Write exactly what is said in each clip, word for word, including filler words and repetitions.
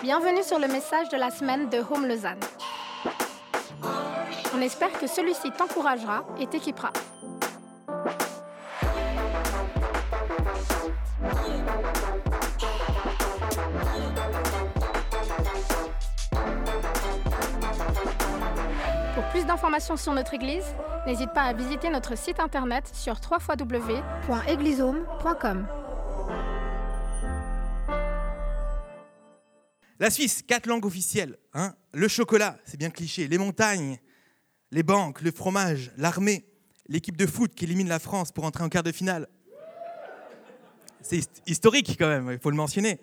Bienvenue sur le message de la semaine de Home Lausanne. On espère que celui-ci t'encouragera et t'équipera. Pour plus d'informations sur notre Église, n'hésite pas à visiter notre site internet sur w w w point église home point com. La Suisse, quatre langues officielles. Hein. Le chocolat, c'est bien cliché. Les montagnes, les banques, le fromage, l'armée, l'équipe de foot qui élimine la France pour entrer en quart de finale. C'est historique quand même, il faut le mentionner.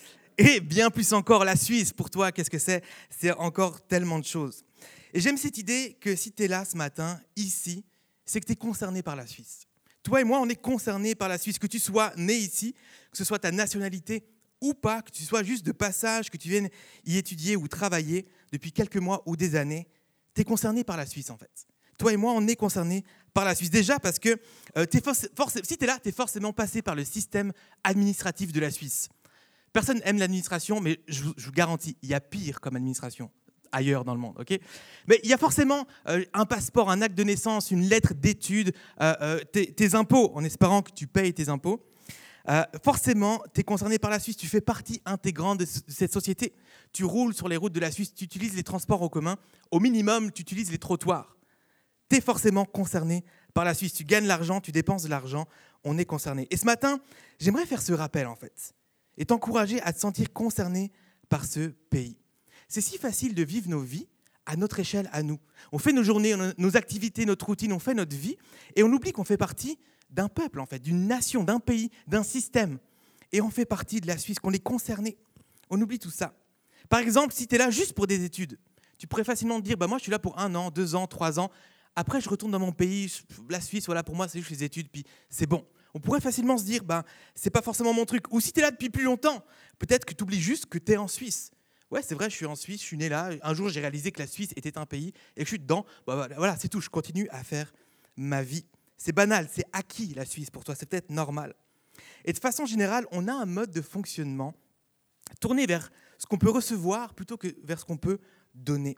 Et bien plus encore, la Suisse, pour toi, qu'est-ce que c'est ? C'est encore tellement de choses. Et j'aime cette idée que si tu es là ce matin, ici, c'est que tu es concerné par la Suisse. Toi et moi, on est concernés par la Suisse. Que tu sois né ici, que ce soit ta nationalité ou pas, que tu sois juste de passage, que tu viennes y étudier ou travailler depuis quelques mois ou des années, tu es concerné par la Suisse en fait. Toi et moi, on est concernés par la Suisse. Déjà parce que euh, t'es forc- forc- si tu es là, tu es forcément passé par le système administratif de la Suisse. Personne n'aime l'administration, mais je vous, je vous garantis, il y a pire comme administration ailleurs dans le monde. Okay, mais il y a forcément euh, un passeport, un acte de naissance, une lettre d'études, euh, euh, tes, tes impôts, en espérant que tu payes tes impôts. Euh, forcément, tu es concerné par la Suisse, tu fais partie intégrante de, ce, de cette société. Tu roules sur les routes de la Suisse, tu utilises les transports en commun, au minimum, tu utilises les trottoirs. Tu es forcément concerné par la Suisse, tu gagnes l'argent, tu dépenses de l'argent, on est concerné. Et ce matin, j'aimerais faire ce rappel en fait, et t'encourager à te sentir concerné par ce pays. C'est si facile de vivre nos vies à notre échelle, à nous. On fait nos journées, nos activités, notre routine, on fait notre vie, et on oublie qu'on fait partie d'un peuple, en fait, d'une nation, d'un pays, d'un système. Et on fait partie de la Suisse, qu'on est concerné. On oublie tout ça. Par exemple, si tu es là juste pour des études, tu pourrais facilement te dire, bah, moi je suis là pour un an, deux ans, trois ans, après je retourne dans mon pays, la Suisse, voilà, pour moi c'est juste les études, puis c'est bon. On pourrait facilement se dire, bah, c'est pas forcément mon truc. Ou si tu es là depuis plus longtemps, peut-être que tu oublies juste que tu es en Suisse. Ouais, c'est vrai, je suis en Suisse, je suis né là. Un jour, j'ai réalisé que la Suisse était un pays et que je suis dedans. Bah, voilà, c'est tout, je continue à faire ma vie. C'est banal, c'est acquis la Suisse pour toi, c'est peut-être normal. Et de façon générale, on a un mode de fonctionnement tourné vers ce qu'on peut recevoir plutôt que vers ce qu'on peut donner.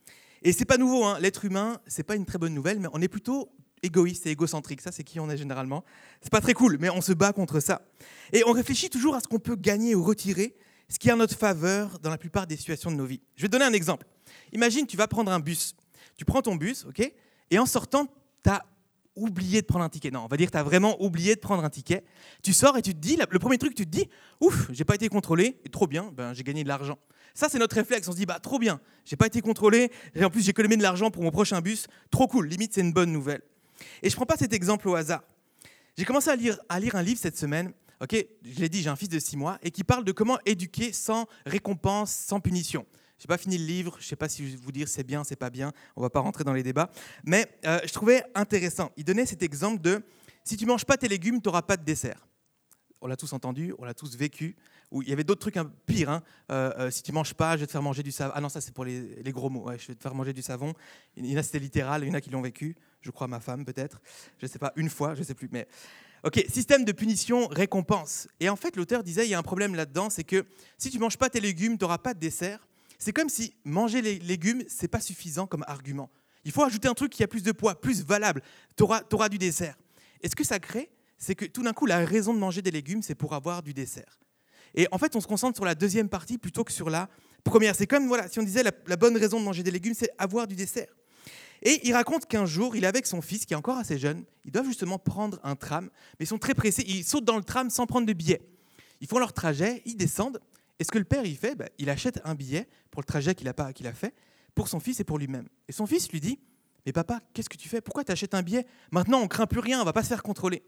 Et c'est pas nouveau, hein. L'être humain, c'est pas une très bonne nouvelle, mais on est plutôt égoïste et égocentrique. Ça, c'est qui on est généralement. C'est pas très cool, mais on se bat contre ça. Et on réfléchit toujours à ce qu'on peut gagner ou retirer, ce qui est en notre faveur dans la plupart des situations de nos vies. Je vais te donner un exemple. Imagine, tu vas prendre un bus. Tu prends ton bus, ok ? Et en sortant, tu as oublié de prendre un ticket. Non, on va dire que tu as vraiment oublié de prendre un ticket. Tu sors et tu te dis, le premier truc, tu te dis, ouf, j'ai pas été contrôlé, et trop bien, ben, j'ai gagné de l'argent. Ça, c'est notre réflexe. On se dit, bah, trop bien, j'ai pas été contrôlé, et en plus, j'ai économisé de l'argent pour mon prochain bus. Trop cool, limite, c'est une bonne nouvelle. Et je prends pas cet exemple au hasard. J'ai commencé à lire, à lire un livre cette semaine. Ok, je l'ai dit, j'ai un fils de six mois, et qui parle de comment éduquer sans récompense, sans punition. Je n'ai pas fini le livre, je ne sais pas si je vais vous dire c'est bien, c'est pas bien, on ne va pas rentrer dans les débats, mais euh, je trouvais intéressant. Il donnait cet exemple de « si tu ne manges pas tes légumes, tu n'auras pas de dessert ». On l'a tous entendu, on l'a tous vécu. Ou il y avait d'autres trucs hein, pires. Hein. Euh, euh, si tu ne manges pas, je vais te faire manger du savon. Ah non, ça c'est pour les, les gros mots. Ouais, je vais te faire manger du savon. Il y en a, c'était littéral, il y en a qui l'ont vécu. Je crois ma femme peut-être. Je ne sais pas, une fois, je ne sais plus. Mais... Ok, système de punition, récompense. Et en fait, l'auteur disait, il y a un problème là-dedans, c'est que si tu ne manges pas tes légumes, tu n'auras pas de dessert. C'est comme si manger les légumes, ce n'est pas suffisant comme argument. Il faut ajouter un truc qui a plus de poids, plus valable. Tu auras, tu auras du dessert. Et ce que ça crée, c'est que tout d'un coup, la raison de manger des légumes, c'est pour avoir du dessert. Et en fait, on se concentre sur la deuxième partie plutôt que sur la première. C'est comme voilà, si on disait la, la bonne raison de manger des légumes, c'est avoir du dessert. Et il raconte qu'un jour, il est avec son fils, qui est encore assez jeune. Ils doivent justement prendre un tram, mais ils sont très pressés. Ils sautent dans le tram sans prendre de billet. Ils font leur trajet, ils descendent. Et ce que le père il fait, bah, il achète un billet pour le trajet qu'il a, pas, qu'il a fait, pour son fils et pour lui-même. Et son fils lui dit, mais papa, qu'est-ce que tu fais ? Pourquoi tu achètes un billet ? Maintenant, on ne craint plus rien, on ne va pas se faire contrôler.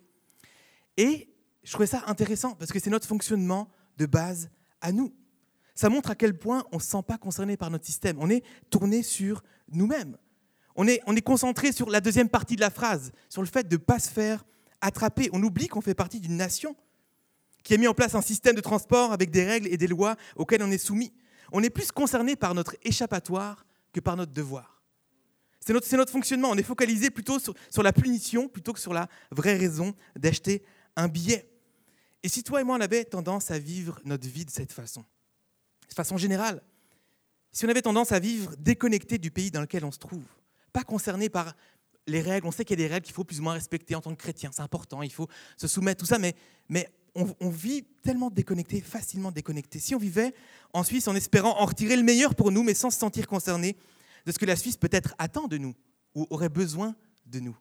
Et je trouvais ça intéressant, parce que c'est notre fonctionnement de base à nous. Ça montre à quel point on ne se sent pas concerné par notre système. On est tourné sur nous-mêmes. On est, on est concentré sur la deuxième partie de la phrase, sur le fait de ne pas se faire attraper. On oublie qu'on fait partie d'une nation qui a mis en place un système de transport avec des règles et des lois auxquelles on est soumis. On est plus concerné par notre échappatoire que par notre devoir. C'est notre, c'est notre fonctionnement. On est focalisé plutôt sur, sur la punition plutôt que sur la vraie raison d'acheter un billet. Et si toi et moi, on avait tendance à vivre notre vie de cette façon, de façon générale, si on avait tendance à vivre déconnecté du pays dans lequel on se trouve, pas concerné par les règles, on sait qu'il y a des règles qu'il faut plus ou moins respecter en tant que chrétien, c'est important, il faut se soumettre, tout ça, mais, mais on, on vit tellement déconnecté, facilement déconnecté. Si on vivait en Suisse en espérant en retirer le meilleur pour nous, mais sans se sentir concerné de ce que la Suisse peut-être attend de nous ou aurait besoin de nous.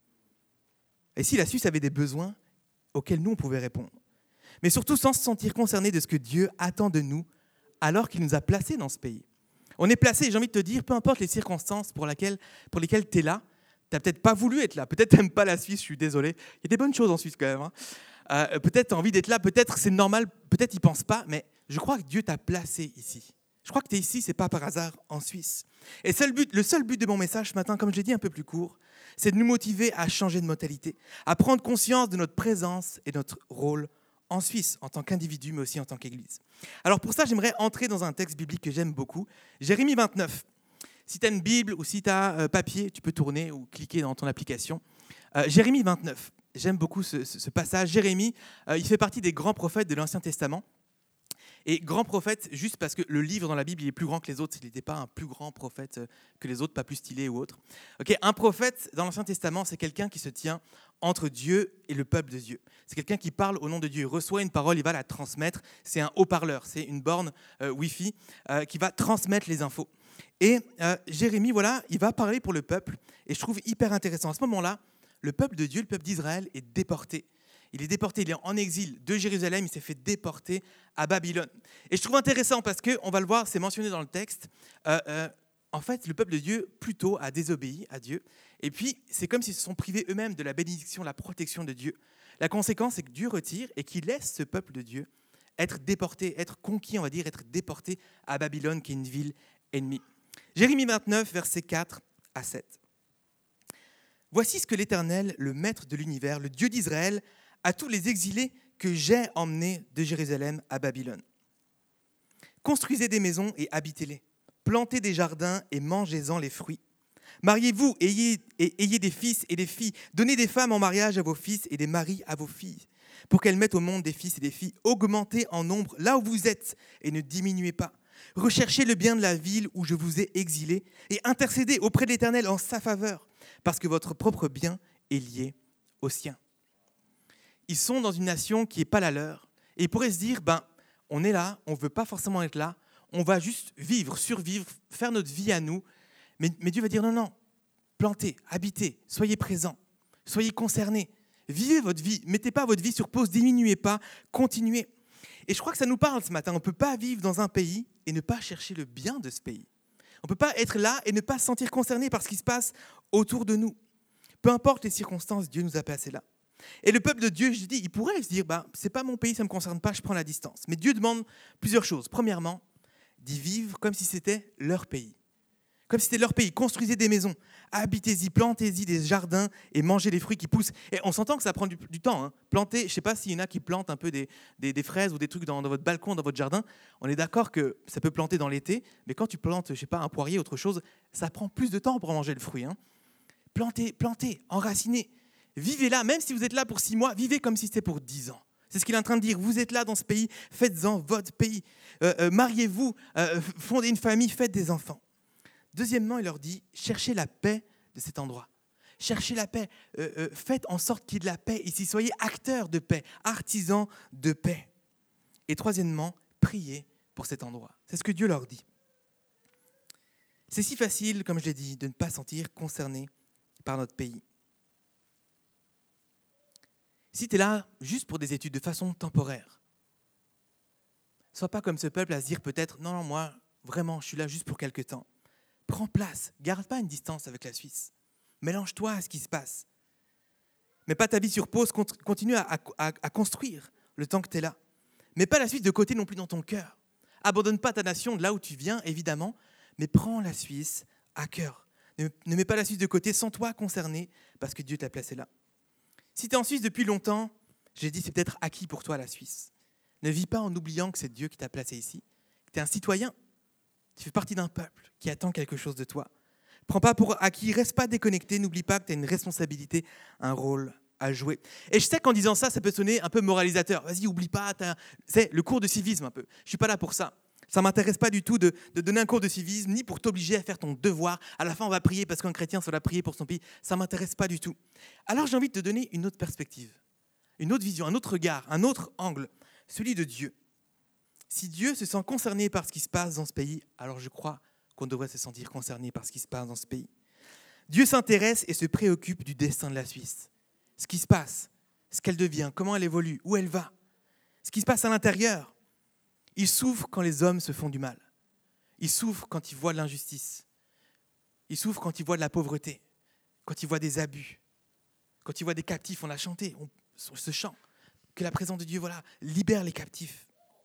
Et si la Suisse avait des besoins auxquels nous, on pouvait répondre. Mais surtout sans se sentir concerné de ce que Dieu attend de nous alors qu'il nous a placés dans ce pays. On est placé, j'ai envie de te dire, peu importe les circonstances pour, laquelle, pour lesquelles tu es là, tu n'as peut-être pas voulu être là, peut-être tu n'aimes pas la Suisse, je suis désolé. Il y a des bonnes choses en Suisse quand même. Hein. Euh, peut-être tu as envie d'être là, peut-être c'est normal, peut-être ils ne pensent pas, mais je crois que Dieu t'a placé ici. Je crois que tu es ici, ce n'est pas par hasard en Suisse. Et seul but, le seul but de mon message ce matin, comme je l'ai dit un peu plus court, c'est de nous motiver à changer de mentalité, à prendre conscience de notre présence et notre rôle en Suisse, en tant qu'individu, mais aussi en tant qu'Église. Alors pour ça, j'aimerais entrer dans un texte biblique que j'aime beaucoup, Jérémie vingt-neuf. Si tu as une Bible ou si tu as euh, papier, tu peux tourner ou cliquer dans ton application. Euh, Jérémie vingt-neuf, j'aime beaucoup ce, ce, ce passage. Jérémie, euh, il fait partie des grands prophètes de l'Ancien Testament. Et grand prophète, juste parce que le livre dans la Bible il est plus grand que les autres, il n'était pas un plus grand prophète que les autres, pas plus stylé ou autre. Okay, un prophète dans l'Ancien Testament, c'est quelqu'un qui se tient entre Dieu et le peuple de Dieu. C'est quelqu'un qui parle au nom de Dieu, il reçoit une parole, il va la transmettre. C'est un haut-parleur, c'est une borne euh, Wi-Fi euh, qui va transmettre les infos. Et euh, Jérémie, voilà, il va parler pour le peuple. Et je trouve hyper intéressant. À ce moment-là, le peuple de Dieu, le peuple d'Israël est déporté. Il est déporté, il est en exil de Jérusalem, il s'est fait déporter à Babylone. Et je trouve intéressant parce qu'on va le voir, c'est mentionné dans le texte, euh, euh, en fait, le peuple de Dieu plutôt a désobéi à Dieu. Et puis, c'est comme s'ils se sont privés eux-mêmes de la bénédiction, la protection de Dieu. La conséquence, c'est que Dieu retire et qu'il laisse ce peuple de Dieu être déporté, être conquis, on va dire, être déporté à Babylone, qui est une ville ennemie. Jérémie vingt-neuf, versets quatre à sept. « Voici ce que l'Éternel, le Maître de l'univers, le Dieu d'Israël, à tous les exilés que j'ai emmenés de Jérusalem à Babylone. Construisez des maisons et habitez-les. Plantez des jardins et mangez-en les fruits. Mariez-vous et ayez, et ayez des fils et des filles. Donnez des femmes en mariage à vos fils et des maris à vos filles, pour qu'elles mettent au monde des fils et des filles. Augmentez en nombre là où vous êtes et ne diminuez pas. Recherchez le bien de la ville où je vous ai exilés et intercédez auprès de l'Éternel en sa faveur, parce que votre propre bien est lié au sien. » Ils sont dans une nation qui n'est pas la leur. Et ils pourraient se dire, ben, on est là, on ne veut pas forcément être là, on va juste vivre, survivre, faire notre vie à nous. Mais, mais Dieu va dire, non, non, plantez, habitez, soyez présents, soyez concernés, vivez votre vie, mettez pas votre vie sur pause, diminuez pas, continuez. Et je crois que ça nous parle ce matin, on ne peut pas vivre dans un pays et ne pas chercher le bien de ce pays. On ne peut pas être là et ne pas se sentir concerné par ce qui se passe autour de nous. Peu importe les circonstances, Dieu nous a placés là. Et le peuple de Dieu, je dis, il pourrait se dire, bah, ce n'est pas mon pays, ça ne me concerne pas, je prends la distance. Mais Dieu demande plusieurs choses. Premièrement, d'y vivre comme si c'était leur pays. Comme si c'était leur pays. Construisez des maisons, habitez-y, plantez-y des jardins et mangez les fruits qui poussent. Et on s'entend que ça prend du, du temps. Hein. Planter, je ne sais pas s'il y en a qui plantent un peu des, des, des fraises ou des trucs dans, dans votre balcon, dans votre jardin. On est d'accord que ça peut planter dans l'été, mais quand tu plantes, je ne sais pas, un poirier, autre chose, ça prend plus de temps pour manger le fruit. Hein. Plantez, plantez, enracinez. Vivez là, même si vous êtes là pour six mois, vivez comme si c'était pour dix ans. C'est ce qu'il est en train de dire. Vous êtes là dans ce pays, faites-en votre pays. Euh, euh, mariez-vous, euh, fondez une famille, faites des enfants. Deuxièmement, il leur dit, cherchez la paix de cet endroit. Cherchez la paix. Euh, euh, faites en sorte qu'il y ait de la paix ici. Soyez acteurs de paix, artisans de paix. Et troisièmement, priez pour cet endroit. C'est ce que Dieu leur dit. C'est si facile, comme je l'ai dit, de ne pas se sentir concerné par notre pays. Si tu es là juste pour des études de façon temporaire, sois pas comme ce peuple à se dire peut-être « Non, non, moi, vraiment, je suis là juste pour quelque temps. » Prends place, garde pas une distance avec la Suisse. Mélange-toi à ce qui se passe. Mets pas ta vie sur pause, continue à, à, à construire le temps que tu es là. Mets pas la Suisse de côté non plus dans ton cœur. Abandonne pas ta nation de là où tu viens, évidemment, mais prends la Suisse à cœur. Ne, ne mets pas la Suisse de côté, sens-toi concerné parce que Dieu t'a placé là. Si tu es en Suisse depuis longtemps, j'ai dit c'est peut-être acquis pour toi la Suisse. Ne vis pas en oubliant que c'est Dieu qui t'a placé ici. Tu es un citoyen. Tu fais partie d'un peuple qui attend quelque chose de toi. Prends pas pour acquis, reste pas déconnecté, n'oublie pas que tu as une responsabilité, un rôle à jouer. Et je sais qu'en disant ça, ça peut sonner un peu moralisateur. Vas-y, oublie pas, c'est le cours de civisme un peu. Je suis pas là pour ça. Ça ne m'intéresse pas du tout de, de donner un cours de civisme, ni pour t'obliger à faire ton devoir. À la fin, on va prier parce qu'un chrétien, ça doit prier pour son pays. Ça ne m'intéresse pas du tout. Alors, j'ai envie de te donner une autre perspective, une autre vision, un autre regard, un autre angle, celui de Dieu. Si Dieu se sent concerné par ce qui se passe dans ce pays, alors je crois qu'on devrait se sentir concerné par ce qui se passe dans ce pays. Dieu s'intéresse et se préoccupe du destin de la Suisse. Ce qui se passe, ce qu'elle devient, comment elle évolue, où elle va, ce qui se passe à l'intérieur. Il souffre quand les hommes se font du mal. Il souffre quand il voit de l'injustice. Il souffre quand il voit de la pauvreté, quand il voit des abus, quand il voit des captifs. On l'a chanté, on, ce chant, que la présence de Dieu, voilà, libère les captifs.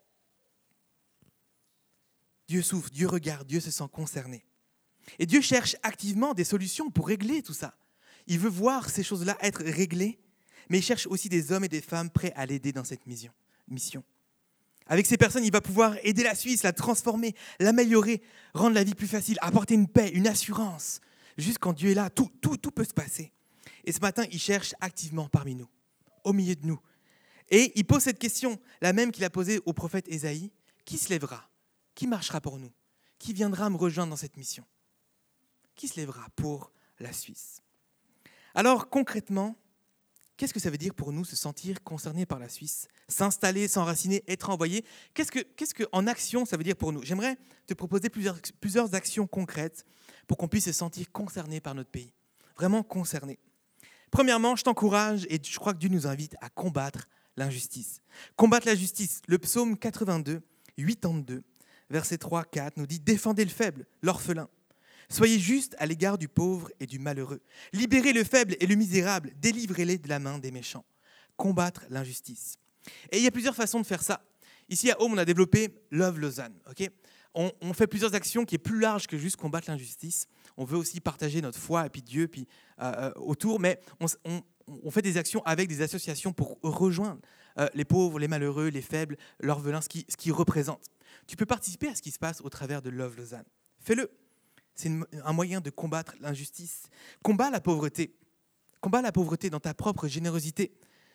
Dieu souffre, Dieu regarde, Dieu se sent concerné. Et Dieu cherche activement des solutions pour régler tout ça. Il veut voir ces choses-là être réglées, mais il cherche aussi des hommes et des femmes prêts à l'aider dans cette mission. mission. Avec ces personnes, il va pouvoir aider la Suisse, la transformer, l'améliorer, rendre la vie plus facile, apporter une paix, une assurance. Juste quand Dieu est là, tout, tout, tout peut se passer. Et ce matin, il cherche activement parmi nous, au milieu de nous. Et il pose cette question, la même qu'il a posée au prophète Ésaïe. Qui se lèvera ? Qui marchera pour nous ? Qui viendra me rejoindre dans cette mission ? Qui se lèvera pour la Suisse ? Alors concrètement, qu'est-ce que ça veut dire pour nous se sentir concernés par la Suisse ? S'installer, s'enraciner, être envoyé. Qu'est-ce que, qu'est-ce que en action ça veut dire pour nous ? J'aimerais te proposer plusieurs, plusieurs actions concrètes pour qu'on puisse se sentir concerné par notre pays. Vraiment concerné. Premièrement, je t'encourage et je crois que Dieu nous invite à combattre l'injustice. Combattre la justice. Le psaume quatre-vingt-deux, quatre-vingt-deux, versets trois à quatre nous dit « Défendez le faible, l'orphelin. Soyez juste à l'égard du pauvre et du malheureux. Libérez le faible et le misérable. Délivrez-les de la main des méchants. » Combattre l'injustice. Et il y a plusieurs façons de faire ça. Ici à Home, on a développé Love Lausanne. Okay, on, on fait plusieurs actions qui est plus large que juste combattre l'injustice. On veut aussi partager notre foi et puis Dieu puis, euh, autour, mais on, on, on fait des actions avec des associations pour rejoindre euh, les pauvres, les malheureux, les faibles, l'orphelin, ce qui, ce qui représente. Tu peux participer à ce qui se passe au travers de Love Lausanne. Fais-le. C'est une, un moyen de combattre l'injustice. Combat la pauvreté. Combat la pauvreté dans ta propre générosité.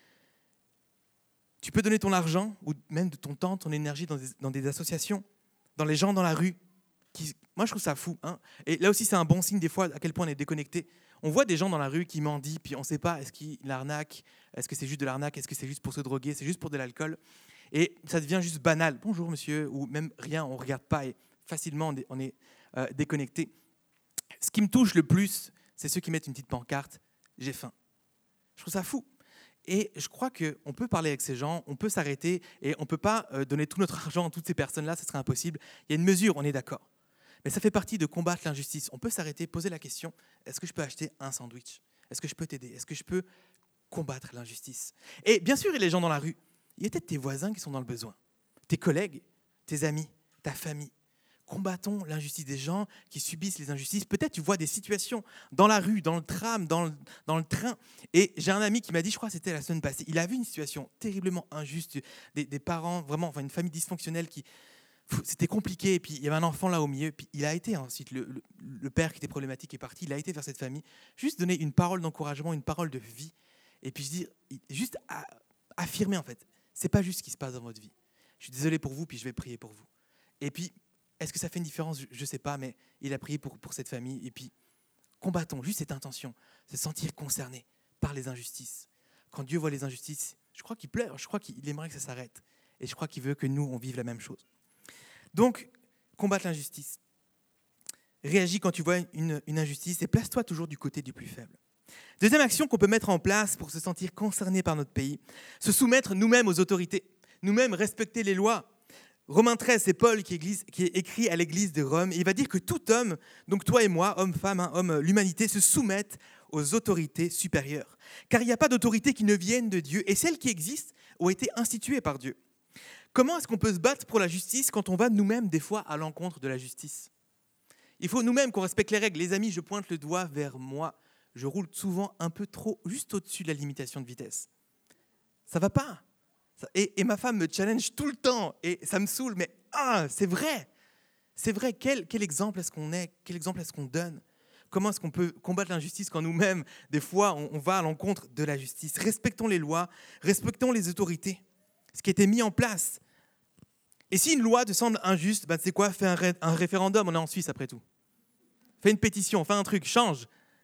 Tu peux donner ton argent ou même de ton temps, ton énergie dans des, dans des associations, dans les gens dans la rue. Qui, moi, je trouve ça fou. Hein. Et là aussi, c'est un bon signe des fois à quel point on est déconnecté. On voit des gens dans la rue qui mendient, puis on ne sait pas, est-ce qu'il l'arnaque ? Est-ce que c'est juste de l'arnaque ? Est-ce que c'est juste pour se droguer ? C'est juste pour de l'alcool ? Et ça devient juste banal. Bonjour, monsieur, ou même rien, on ne regarde pas et facilement on est euh, déconnecté. Ce qui me touche le plus, c'est ceux qui mettent une petite pancarte « J'ai faim ». Je trouve ça fou. Et je crois qu'on peut parler avec ces gens, on peut s'arrêter et on ne peut pas donner tout notre argent à toutes ces personnes-là, ce serait impossible. Il y a une mesure, on est d'accord. Mais ça fait partie de combattre l'injustice. On peut s'arrêter, poser la question, est-ce que je peux acheter un sandwich ? Est-ce que je peux t'aider ? Est-ce que je peux combattre l'injustice ? Et bien sûr, il y a les gens dans la rue. Il y a peut-être tes voisins qui sont dans le besoin, tes collègues, tes amis, ta famille. Combattons l'injustice des gens qui subissent les injustices. Peut-être tu vois des situations dans la rue, dans le tram, dans le, dans le train. Et j'ai un ami qui m'a dit, je crois que c'était la semaine passée, il a vu une situation terriblement injuste, des, des parents, vraiment, enfin une famille dysfonctionnelle qui... C'était compliqué, et puis il y avait un enfant là au milieu, puis il a été ensuite, le, le, le père qui était problématique est parti, il a été vers cette famille, juste donner une parole d'encouragement, une parole de vie, et puis je dis, juste à, affirmer en fait, c'est pas juste ce qui se passe dans votre vie. Je suis désolé pour vous, puis je vais prier pour vous. Et puis, est-ce que ça fait une différence ? Je ne sais pas, mais il a prié pour, pour cette famille, et puis combattons juste cette intention, se sentir concerné par les injustices. Quand Dieu voit les injustices, je crois qu'il pleure, je crois qu'il aimerait que ça s'arrête, et je crois qu'il veut que nous, on vive la même chose. Donc, combattre l'injustice. Réagis quand tu vois une, une injustice et place-toi toujours du côté du plus faible. Deuxième action qu'on peut mettre en place pour se sentir concerné par notre pays, se soumettre nous-mêmes aux autorités, nous-mêmes respecter les lois. Romains treize, c'est Paul qui, église, qui est écrit à l'église de Rome, et il va dire que tout homme, donc toi et moi, homme, femme, hein, homme, l'humanité, se soumettent aux autorités supérieures. Car il n'y a pas d'autorité qui ne vienne de Dieu, et celles qui existent ont été instituées par Dieu. Comment est-ce qu'on peut se battre pour la justice quand on va nous-mêmes, des fois, à l'encontre de la justice ? Il faut nous-mêmes qu'on respecte les règles. Les amis, je pointe le doigt vers moi. Je roule souvent un peu trop, juste au-dessus de la limitation de vitesse. Ça va pas. Et, et ma femme me challenge tout le temps. Et ça me saoule, mais ah, c'est vrai. C'est vrai. Quel, quel exemple est-ce qu'on est ? Quel exemple est-ce qu'on donne ? Comment est-ce qu'on peut combattre l'injustice quand nous-mêmes, des fois, on, on va à l'encontre de la justice ? Respectons les lois, respectons les autorités. Ce qui a été mis en place. Et si une loi te semble injuste, bah, tu sais quoi, fais un, ré- un référendum, on est en Suisse après tout. Fais une pétition, fais un truc, change.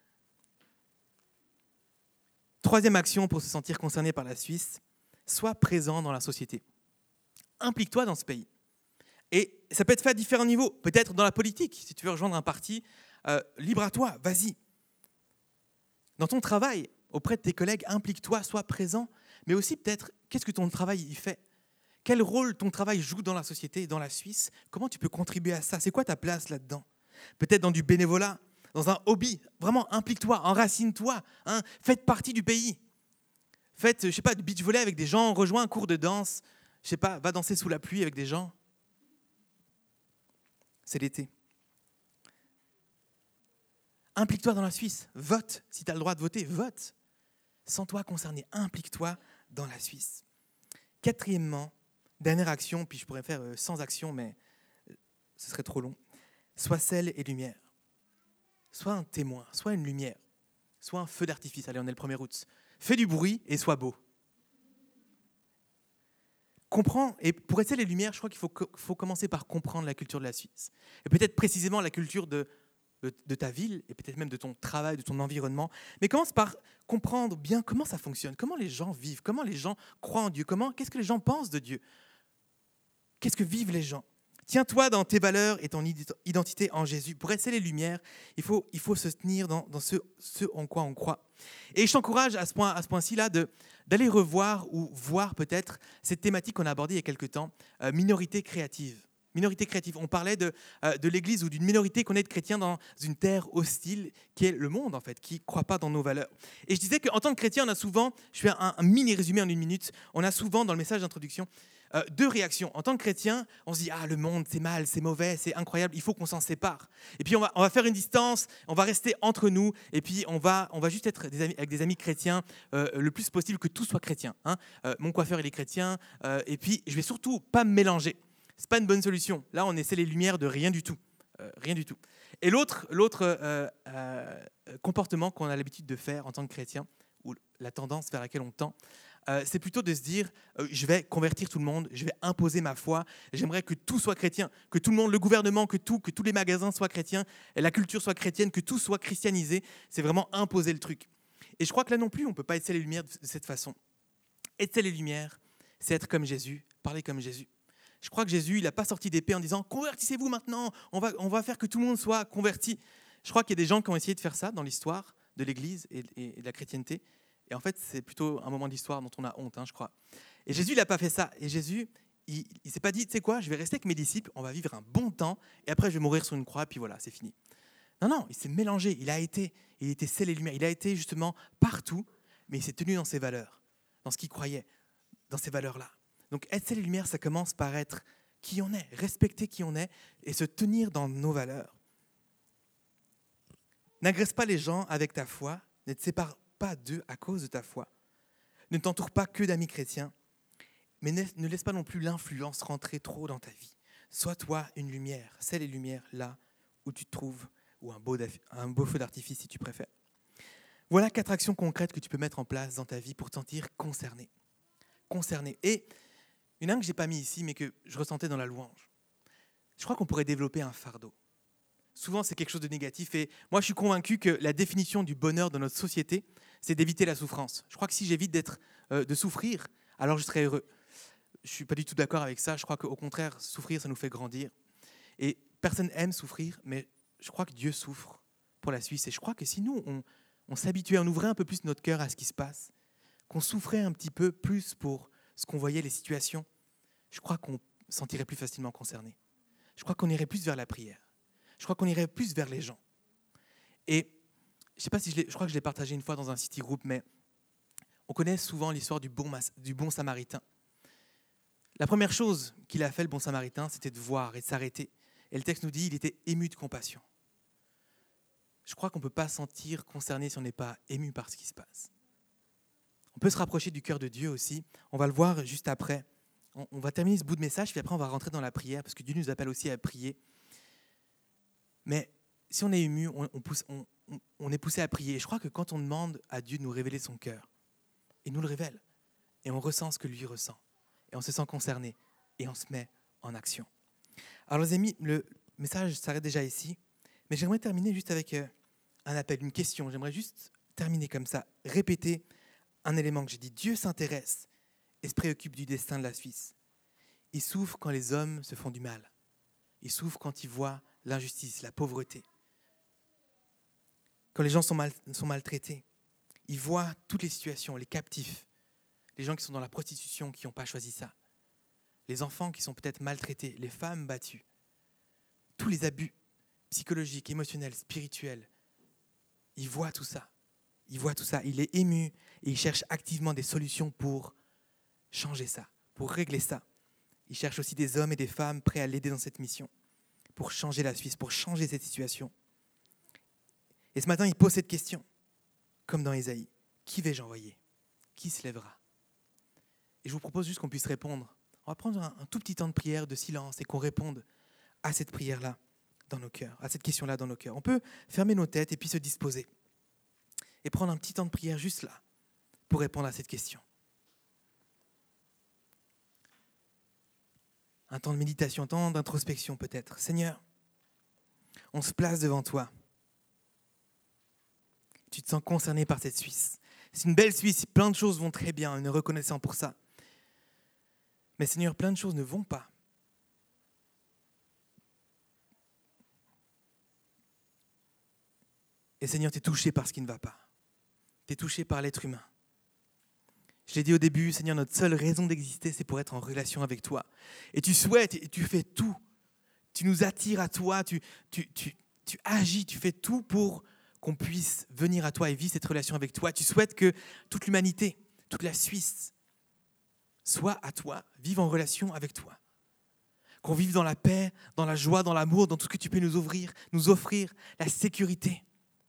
Troisième action pour se sentir concerné par la Suisse, sois présent dans la société. Implique-toi dans ce pays. Et ça peut être fait à différents niveaux. Peut-être dans la politique, si tu veux rejoindre un parti, euh, libre à toi, vas-y. Dans ton travail, auprès de tes collègues, implique-toi, sois présent. Mais aussi peut-être, qu'est-ce que ton travail y fait ? Quel rôle ton travail joue dans la société, dans la Suisse ? Comment tu peux contribuer à ça ? C'est quoi ta place là-dedans ? Peut-être dans du bénévolat, dans un hobby. Vraiment, implique-toi, enracine-toi. Hein, faites partie du pays. Faites, je sais pas, du beach volley avec des gens, rejoins un cours de danse. Je sais pas, va danser sous la pluie avec des gens. C'est l'été. Implique-toi dans la Suisse. Vote. Si tu as le droit de voter, vote. Sens-toi concerné. Implique-toi dans la Suisse. Quatrièmement, dernière action, puis je pourrais faire cent actions, mais ce serait trop long. Sois sel et lumière. Sois un témoin, sois une lumière. Sois un feu d'artifice. Allez, on est le premier août. Fais du bruit et sois beau. Comprends, et pour être sel et lumière, je crois qu'il faut, faut commencer par comprendre la culture de la Suisse. Et peut-être précisément la culture de, de, de ta ville, et peut-être même de ton travail, de ton environnement. Mais commence par comprendre bien comment ça fonctionne, comment les gens vivent, comment les gens croient en Dieu, comment, qu'est-ce que les gens pensent de Dieu, qu'est-ce que vivent les gens. Tiens-toi dans tes valeurs et ton identité en Jésus. Pour être sel et lumière, il faut, il faut se tenir dans, dans ce, ce en quoi on croit. Et je t'encourage à ce, point, à ce point-ci là de, d'aller revoir ou voir peut-être cette thématique qu'on a abordée il y a quelques temps, euh, minorité créative. Minorité créative. On parlait de, euh, de l'Église ou d'une minorité qu'on est de chrétiens dans une terre hostile qui est le monde en fait, qui ne croit pas dans nos valeurs. Et je disais qu'en tant que chrétien, on a souvent, je fais un, un mini résumé en une minute, on a souvent dans le message d'introduction, Euh, deux réactions. En tant que chrétien, on se dit « Ah, le monde, c'est mal, c'est mauvais, c'est incroyable, il faut qu'on s'en sépare. » Et puis, on va, on va faire une distance, on va rester entre nous, et puis on va, on va juste être des amis, avec des amis chrétiens euh, le plus possible que tout soit chrétien. Hein. Euh, mon coiffeur, il est chrétien, euh, et puis je vais surtout pas me mélanger. C'est pas une bonne solution. Là, on essaie les lumières de rien du tout. Euh, rien du tout. Et l'autre, l'autre euh, euh, comportement qu'on a l'habitude de faire en tant que chrétien, ou la tendance vers laquelle on tend, Euh, c'est plutôt de se dire euh, je vais convertir tout le monde, je vais imposer ma foi, j'aimerais que tout soit chrétien, que tout le monde, le gouvernement, que tout, que tous les magasins soient chrétiens, et la culture soit chrétienne, que tout soit christianisé. C'est vraiment imposer le truc. Et je crois que là non plus, on ne peut pas être sel et lumière de cette façon. Être sel et lumière, c'est être comme Jésus, parler comme Jésus. Je crois que Jésus, il n'a pas sorti d'épée en disant convertissez-vous maintenant, on va, on va faire que tout le monde soit converti. Je crois qu'il y a des gens qui ont essayé de faire ça dans l'histoire de l'Église et, et, et de la chrétienté. Et en fait, c'est plutôt un moment d'histoire dont on a honte, hein, je crois. Et Jésus, il n'a pas fait ça. Et Jésus, il ne s'est pas dit, tu sais quoi, je vais rester avec mes disciples, on va vivre un bon temps, et après, je vais mourir sur une croix, et puis voilà, c'est fini. Non, non, il s'est mélangé. Il a été, il était sel et lumière. Il a été justement partout, mais il s'est tenu dans ses valeurs, dans ce qu'il croyait, dans ces valeurs-là. Donc, être sel et lumière, ça commence par être qui on est, respecter qui on est, et se tenir dans nos valeurs. N'agresse pas les gens avec ta foi, ne te sépare pas d'eux à cause de ta foi. Ne t'entoure pas que d'amis chrétiens, mais ne laisse pas non plus l'influence rentrer trop dans ta vie. Sois toi une lumière, sel et lumière là où tu te trouves, ou un beau, un beau feu d'artifice si tu préfères. Voilà quatre actions concrètes que tu peux mettre en place dans ta vie pour te sentir concerné. Concerné. Et une que je n'ai pas mis ici, mais que je ressentais dans la louange. Je crois qu'on pourrait développer un fardeau. Souvent, c'est quelque chose de négatif. Et moi, je suis convaincu que la définition du bonheur dans notre société, c'est d'éviter la souffrance. Je crois que si j'évite d'être, euh, de souffrir, alors je serai heureux. Je ne suis pas du tout d'accord avec ça. Je crois qu'au contraire, souffrir, ça nous fait grandir. Et personne n'aime souffrir, mais je crois que Dieu souffre pour la Suisse. Et je crois que si nous, on, on s'habituait, on ouvrait un peu plus notre cœur à ce qui se passe, qu'on souffrait un petit peu plus pour ce qu'on voyait, les situations, je crois qu'on se sentirait plus facilement concerné. Je crois qu'on irait plus vers la prière. Je crois qu'on irait plus vers les gens. Et je sais pas si je, je crois que je l'ai partagé une fois dans un city group, mais on connaît souvent l'histoire du bon, du bon samaritain. La première chose qu'il a fait, le bon samaritain, c'était de voir et de s'arrêter. Et le texte nous dit, il était ému de compassion. Je crois qu'on ne peut pas se sentir concerné si on n'est pas ému par ce qui se passe. On peut se rapprocher du cœur de Dieu aussi. On va le voir juste après. On, on va terminer ce bout de message, puis après on va rentrer dans la prière, parce que Dieu nous appelle aussi à prier. Mais si on est ému, on, on, pousse, on, on est poussé à prier. Et je crois que quand on demande à Dieu de nous révéler son cœur, il nous le révèle. Et on ressent ce que lui ressent. Et on se sent concerné. Et on se met en action. Alors les amis, le message s'arrête déjà ici, mais j'aimerais terminer juste avec un appel, une question. J'aimerais juste terminer comme ça, répéter un élément que j'ai dit. Dieu s'intéresse et se préoccupe du destin de la Suisse. Il souffre quand les hommes se font du mal. Il souffre quand il voit l'injustice, la pauvreté. Quand les gens sont, mal, sont maltraités. Il voit toutes les situations, les captifs, les gens qui sont dans la prostitution, qui n'ont pas choisi ça. Les enfants qui sont peut-être maltraités, les femmes battues. Tous les abus psychologiques, émotionnels, spirituels. Il voit tout ça. Il voit tout ça. Il est ému et il cherche activement des solutions pour changer ça, pour régler ça. Il cherche aussi des hommes et des femmes prêts à l'aider dans cette mission, pour changer la Suisse, pour changer cette situation. Et ce matin, il pose cette question, comme dans Ésaïe. Qui vais-je envoyer ? Qui se lèvera ? Et je vous propose juste qu'on puisse répondre. On va prendre un, un tout petit temps de prière, de silence, et qu'on réponde à cette prière-là dans nos cœurs, à cette question-là dans nos cœurs. On peut fermer nos têtes et puis se disposer. Et prendre un petit temps de prière juste là, pour répondre à cette question. Un temps de méditation, un temps d'introspection peut-être. Seigneur, on se place devant toi. Tu te sens concerné par cette Suisse. C'est une belle Suisse, plein de choses vont très bien, on est reconnaissant pour ça. Mais Seigneur, plein de choses ne vont pas. Et Seigneur, tu es touché par ce qui ne va pas. Tu es touché par l'être humain. Je l'ai dit au début, Seigneur, notre seule raison d'exister, c'est pour être en relation avec toi. Et tu souhaites, et tu fais tout. Tu nous attires à toi, tu, tu, tu, tu agis, tu fais tout pour qu'on puisse venir à toi et vivre cette relation avec toi. Tu souhaites que toute l'humanité, toute la Suisse, soit à toi, vive en relation avec toi. Qu'on vive dans la paix, dans la joie, dans l'amour, dans tout ce que tu peux nous offrir, nous offrir, la sécurité.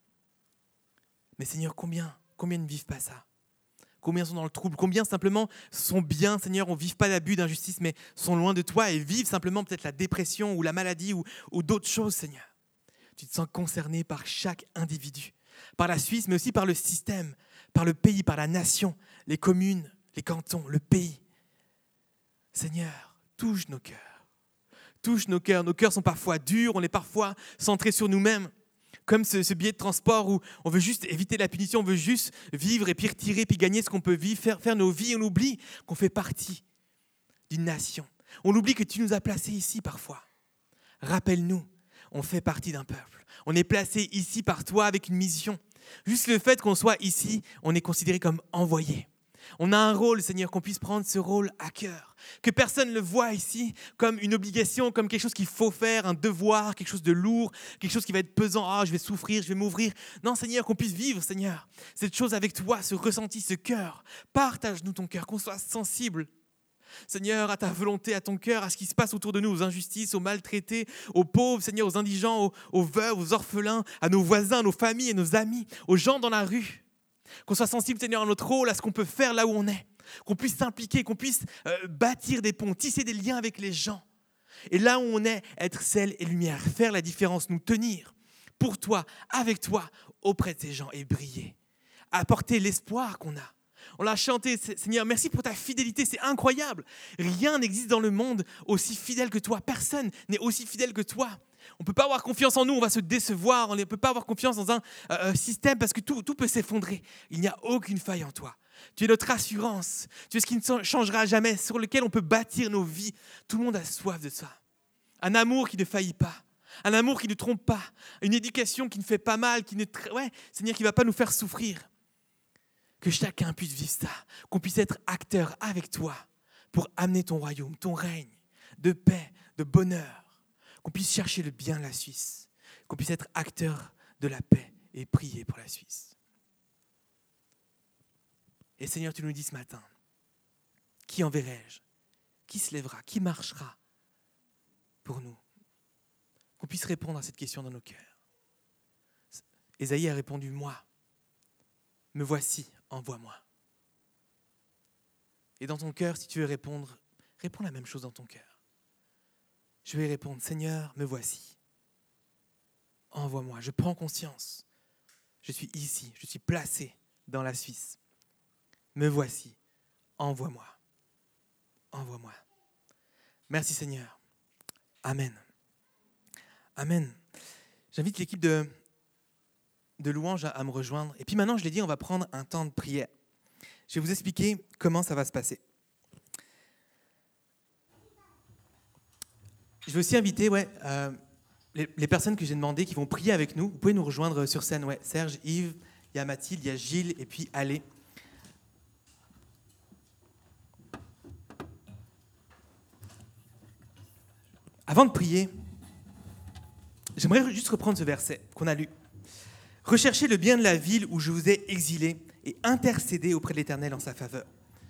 Mais Seigneur, combien, combien ne vivent pas ça ? Combien sont dans le trouble ? Combien simplement sont bien, Seigneur, on ne vit pas d'abus, d'injustice, mais sont loin de toi et vivent simplement peut-être la dépression ou la maladie ou, ou d'autres choses, Seigneur. Tu te sens concerné par chaque individu, par la Suisse, mais aussi par le système, par le pays, par la nation, les communes, les cantons, le pays. Seigneur, touche nos cœurs. Touche nos cœurs. Nos cœurs sont parfois durs, on est parfois centrés sur nous-mêmes. Comme ce, ce billet de transport où on veut juste éviter la punition, on veut juste vivre et puis retirer, puis gagner ce qu'on peut vivre, faire, faire nos vies. On oublie qu'on fait partie d'une nation. On oublie que tu nous as placés ici parfois. Rappelle-nous, on fait partie d'un peuple. On est placé ici par toi avec une mission. Juste le fait qu'on soit ici, on est considéré comme envoyé. On a un rôle, Seigneur, qu'on puisse prendre ce rôle à cœur. Que personne ne le voit ici comme une obligation, comme quelque chose qu'il faut faire, un devoir, quelque chose de lourd, quelque chose qui va être pesant. Ah, je vais souffrir, je vais m'ouvrir. Non, Seigneur, qu'on puisse vivre, Seigneur, cette chose avec toi, ce ressenti, ce cœur. Partage-nous ton cœur, qu'on soit sensible, Seigneur, à ta volonté, à ton cœur, à ce qui se passe autour de nous, aux injustices, aux maltraités, aux pauvres, Seigneur, aux indigents, aux, aux veuves, aux orphelins, à nos voisins, à nos familles et nos amis, aux gens dans la rue. Qu'on soit sensible, Seigneur, à notre rôle, à ce qu'on peut faire là où on est. Qu'on puisse s'impliquer, qu'on puisse euh, bâtir des ponts, tisser des liens avec les gens. Et là où on est, être sel et lumière, faire la différence, nous tenir pour toi, avec toi, auprès de ces gens et briller. Apporter l'espoir qu'on a. On l'a chanté, Seigneur, merci pour ta fidélité, c'est incroyable. Rien n'existe dans le monde aussi fidèle que toi. Personne n'est aussi fidèle que toi. On ne peut pas avoir confiance en nous, on va se décevoir. On ne peut pas avoir confiance dans un euh, système parce que tout, tout peut s'effondrer. Il n'y a aucune faille en toi. Tu es notre assurance. Tu es ce qui ne changera jamais, sur lequel on peut bâtir nos vies. Tout le monde a soif de ça. Un amour qui ne faillit pas. Un amour qui ne trompe pas. Une éducation qui ne fait pas mal, qui ne, ouais, Seigneur, qui ne va pas nous faire souffrir. Que chacun puisse vivre ça. Qu'on puisse être acteur avec toi pour amener ton royaume, ton règne de paix, de bonheur. Qu'on puisse chercher le bien de la Suisse, qu'on puisse être acteur de la paix et prier pour la Suisse. Et Seigneur, tu nous dis ce matin, qui enverrai-je ? Qui se lèvera ? Qui marchera pour nous ? Qu'on puisse répondre à cette question dans nos cœurs. Ésaïe a répondu, moi, me voici, envoie-moi. Et dans ton cœur, si tu veux répondre, réponds la même chose dans ton cœur. Je vais répondre, Seigneur, me voici. Envoie-moi, je prends conscience. Je suis ici, je suis placé dans la Suisse. Me voici, envoie-moi. Envoie-moi. Merci Seigneur Amen. Amen. J'invite l'équipe de, de louange à, à me rejoindre. Et puis maintenant, je l'ai dit, on va prendre un temps de prière. Je vais vous expliquer comment ça va se passer. Je vais aussi inviter ouais, euh, les, les personnes que j'ai demandées qui vont prier avec nous. Vous pouvez nous rejoindre sur scène. Ouais. Serge, Yves, il y a Mathilde, il y a Gilles et puis Allé. Avant de prier, j'aimerais juste reprendre ce verset qu'on a lu. « Recherchez le bien de la ville où je vous ai exilés et intercédez auprès de l'Éternel en sa faveur. »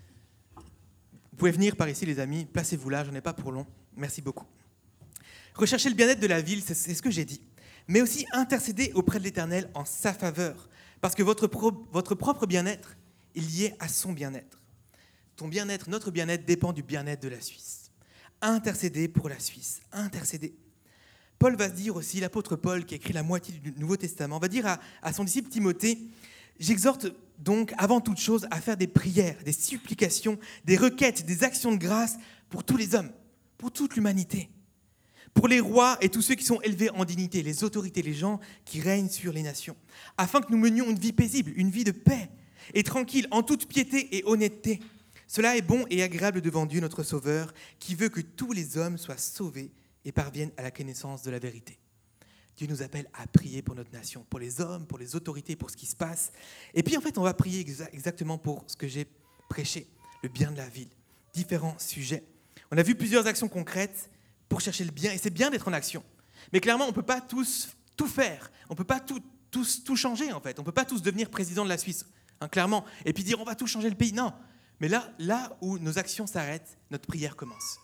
Vous pouvez venir par ici, les amis. Placez-vous là, j'en ai pas pour long. Merci beaucoup. Recherchez le bien-être de la ville, c'est, c'est ce que j'ai dit. Mais aussi intercédez auprès de l'Éternel en sa faveur. Parce que votre, pro- votre propre bien-être est lié à son bien-être. Ton bien-être, notre bien-être dépend du bien-être de la Suisse. Intercéder pour la Suisse, intercéder. Paul va se dire aussi, l'apôtre Paul, qui a écrit la moitié du Nouveau Testament, va dire à, à son disciple Timothée, « J'exhorte donc avant toute chose à faire des prières, des supplications, des requêtes, des actions de grâce pour tous les hommes, pour toute l'humanité, pour les rois et tous ceux qui sont élevés en dignité, les autorités, les gens qui règnent sur les nations, afin que nous menions une vie paisible, une vie de paix et tranquille, en toute piété et honnêteté. Cela est bon et agréable devant Dieu, notre Sauveur, qui veut que tous les hommes soient sauvés et parviennent à la connaissance de la vérité. » Dieu nous appelle à prier pour notre nation, pour les hommes, pour les autorités, pour ce qui se passe. Et puis, en fait, on va prier exa- exactement pour ce que j'ai prêché, le bien de la ville, différents sujets. On a vu plusieurs actions concrètes pour chercher le bien, et c'est bien d'être en action. Mais clairement, on ne peut pas tous tout faire. On ne peut pas tout, tous, tout changer, en fait. On ne peut pas tous devenir président de la Suisse, hein, clairement, et puis dire on va tout changer le pays. Non. Mais là, là où nos actions s'arrêtent, notre prière commence.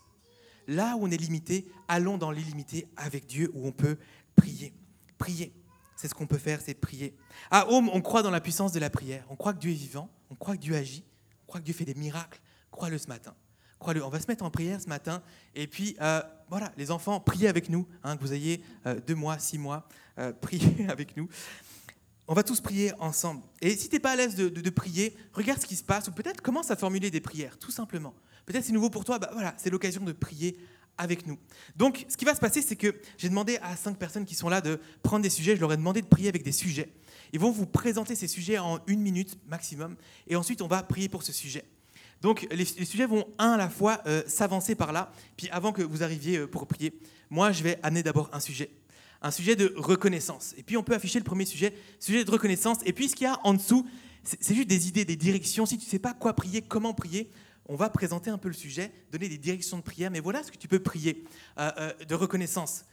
Là où on est limité, allons dans l'illimité avec Dieu, où on peut prier. Prier, c'est ce qu'on peut faire, c'est prier. À Home, on croit dans la puissance de la prière. On croit que Dieu est vivant, on croit que Dieu agit, on croit que Dieu fait des miracles. Crois-le ce matin. Crois-le. On va se mettre en prière ce matin. Et puis, euh, voilà, les enfants, priez avec nous, hein, que vous ayez euh, deux mois, six mois, euh, priez avec nous. On va tous prier ensemble. Et si tu n'es pas à l'aise de, de, de prier, regarde ce qui se passe, ou peut-être commence à formuler des prières, tout simplement. Peut-être c'est nouveau pour toi, bah voilà, c'est l'occasion de prier avec nous. Donc, ce qui va se passer, c'est que j'ai demandé à cinq personnes qui sont là de prendre des sujets, je leur ai demandé de prier avec des sujets. Ils vont vous présenter ces sujets en une minute maximum, et ensuite on va prier pour ce sujet. Donc, les, les sujets vont un à la fois euh, s'avancer par là, puis avant que vous arriviez euh, pour prier, moi je vais amener d'abord un sujet. Un sujet de reconnaissance. Et puis, on peut afficher le premier sujet, sujet de reconnaissance. Et puis, ce qu'il y a en dessous, c'est, c'est juste des idées, des directions. Si tu ne sais pas quoi prier, comment prier, on va présenter un peu le sujet, donner des directions de prière. Mais voilà ce que tu peux prier euh, euh, de reconnaissance.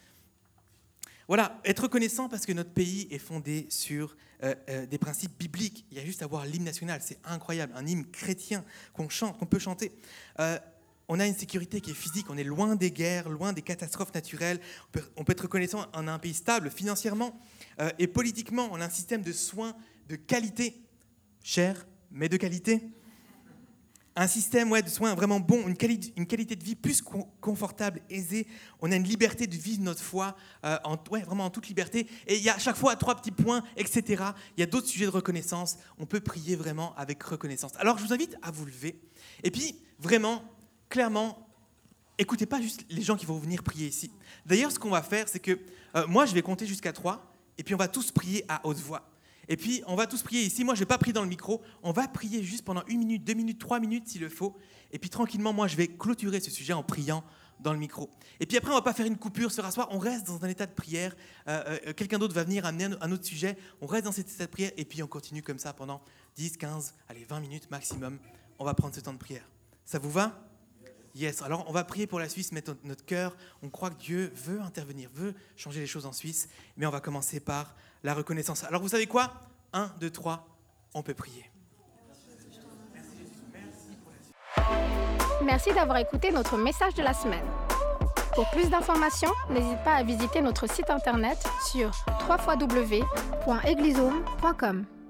Voilà, être reconnaissant parce que notre pays est fondé sur euh, euh, des principes bibliques. Il y a juste à voir l'hymne national, c'est incroyable. Un hymne chrétien qu'on chante, qu'on peut chanter. Euh, On a une sécurité qui est physique, on est loin des guerres, loin des catastrophes naturelles. On peut, on peut être reconnaissant, on a un pays stable financièrement euh, et politiquement. On a un système de soins de qualité, cher, mais de qualité. Un système ouais, de soins vraiment bon, une, quali- une qualité de vie plus con- confortable, aisée. On a une liberté de vivre notre foi, euh, en, ouais, vraiment en toute liberté. Et il y a à chaque fois trois petits points, et cetera. Il y a d'autres sujets de reconnaissance. On peut prier vraiment avec reconnaissance. Alors, je vous invite à vous lever. Et puis, vraiment... Clairement, écoutez pas juste les gens qui vont venir prier ici. D'ailleurs, ce qu'on va faire, c'est que euh, moi, je vais compter jusqu'à trois, et puis on va tous prier à haute voix. Et puis, on va tous prier ici. Moi, je ne vais pas prier dans le micro. On va prier juste pendant une minute, deux minutes, trois minutes, s'il le faut. Et puis, tranquillement, moi, je vais clôturer ce sujet en priant dans le micro. Et puis après, on ne va pas faire une coupure, se rasseoir. On reste dans un état de prière. Euh, euh, quelqu'un d'autre va venir amener un, un autre sujet. On reste dans cet état de prière, et puis on continue comme ça pendant dix, quinze, allez, vingt minutes maximum. On va prendre ce temps de prière. Ça vous va ? Yes, alors on va prier pour la Suisse, mettre notre cœur. On croit que Dieu veut intervenir, veut changer les choses en Suisse, mais on va commencer par la reconnaissance. Alors vous savez quoi ? Un, deux, trois, on peut prier. Merci d'avoir écouté notre message de la semaine. Pour plus d'informations, n'hésite pas à visiter notre site internet sur w w w point eglisome point com.